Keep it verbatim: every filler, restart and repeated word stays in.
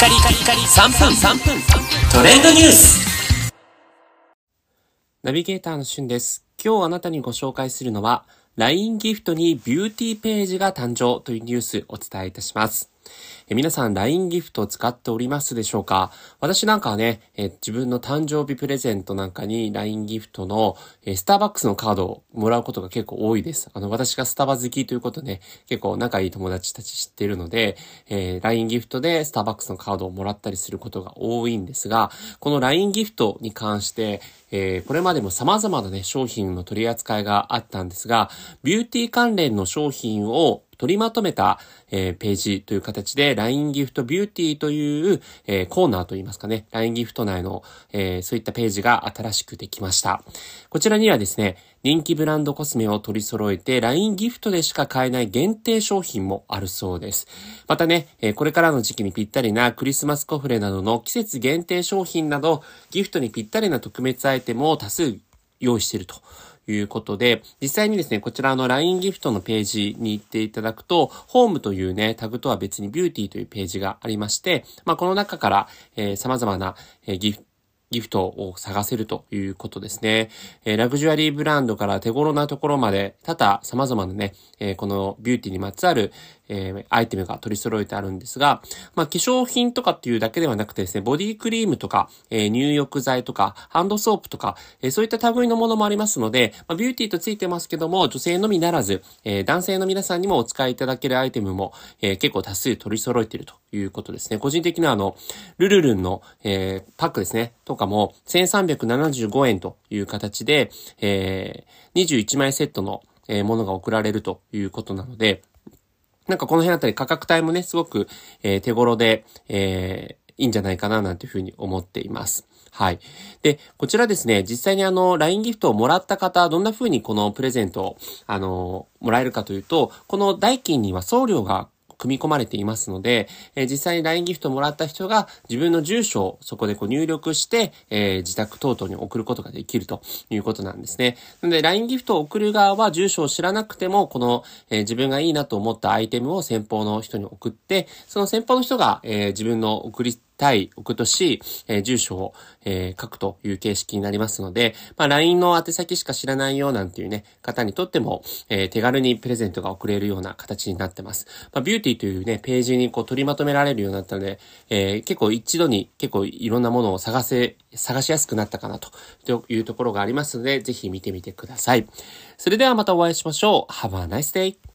カリカリカリさんぷんさんぷんトレンドニュース。ナビゲーターのしゅんです。今日あなたにご紹介するのは ライン ギフトにビューティーページが誕生というニュースをお伝えいたします。え皆さん ライン ギフトを使っておりますでしょうか？私なんかはね、え自分の誕生日プレゼントなんかに ライン ギフトのえスターバックスのカードをもらうことが結構多いです。あの私がスタバ好きということで、ね、結構仲いい友達たち知っているので、えー、ライン ギフトでスターバックスのカードをもらったりすることが多いんですが、この ライン ギフトに関して、えー、これまでも様々なね、商品の取り扱いがあったんですが、ビューティー関連の商品を取りまとめた、えー、ページという形で ライン ギフトビューティーという、えー、コーナーといいますかね、ライン ギフト内の、えー、そういったページが新しくできました。こちらにはですね、人気ブランドコスメを取り揃えて ライン ギフトでしか買えない限定商品もあるそうです。またね、えー、これからの時期にぴったりなクリスマスコフレなどの季節限定商品などギフトにぴったりな特別アイテムを多数用意しているということで、実際にですね、こちらの ライン ギフトのページに行っていただくと、ホームというね、タグとは別にビューティーというページがありまして、まあ、この中から、えー、様々な、えー、ギフト、ギフトを探せるということですね。えー、ラグジュアリーブランドから手頃なところまで、多々様々なね、えー、このビューティーにまつわる、えー、アイテムが取り揃えてあるんですが、まあ、化粧品とかっていうだけではなくてですね、ボディクリームとか、えー、入浴剤とか、ハンドソープとか、えー、そういった類のものもありますので、まあ、ビューティーとついてますけども、女性のみならず、えー、男性の皆さんにもお使いいただけるアイテムも、えー、結構多数取り揃えているということですね。個人的なあの、ルルルンの、えー、パックですね、とかも、せんさんびゃくななじゅうごえんという形で、えー、にじゅういちまいセットの、えー、ものが送られるということなので、なんかこの辺あたり価格帯もね、すごく、えー、手頃で、えー、いいんじゃないかななんていうふうに思っています。はい。で、こちらですね、実際にあの、ライン ギフトをもらった方、どんな風にこのプレゼントを、あの、もらえるかというと、この代金には送料が組み込まれていますので、えー、実際に ライン ギフトをもらった人が自分の住所をそこでこう入力して、えー、自宅等々に送ることができるということなんですね。なので ライン ギフトを送る側は住所を知らなくても、この、えー、自分がいいなと思ったアイテムを先方の人に送って、その先方の人が、えー、自分の送りたい、送とし、えー、住所を、えー、書くという形式になりますので、まあ、ライン の宛先しか知らないよなんていうね、方にとっても、えー、手軽にプレゼントが送れるような形になってます。まあ、ビューティーというね、ページにこう取りまとめられるようになったので、えー、結構一度に結構いろんなものを探せ、探しやすくなったかなというところがありますので、ぜひ見てみてください。それではまたお会いしましょう。Have a nice day!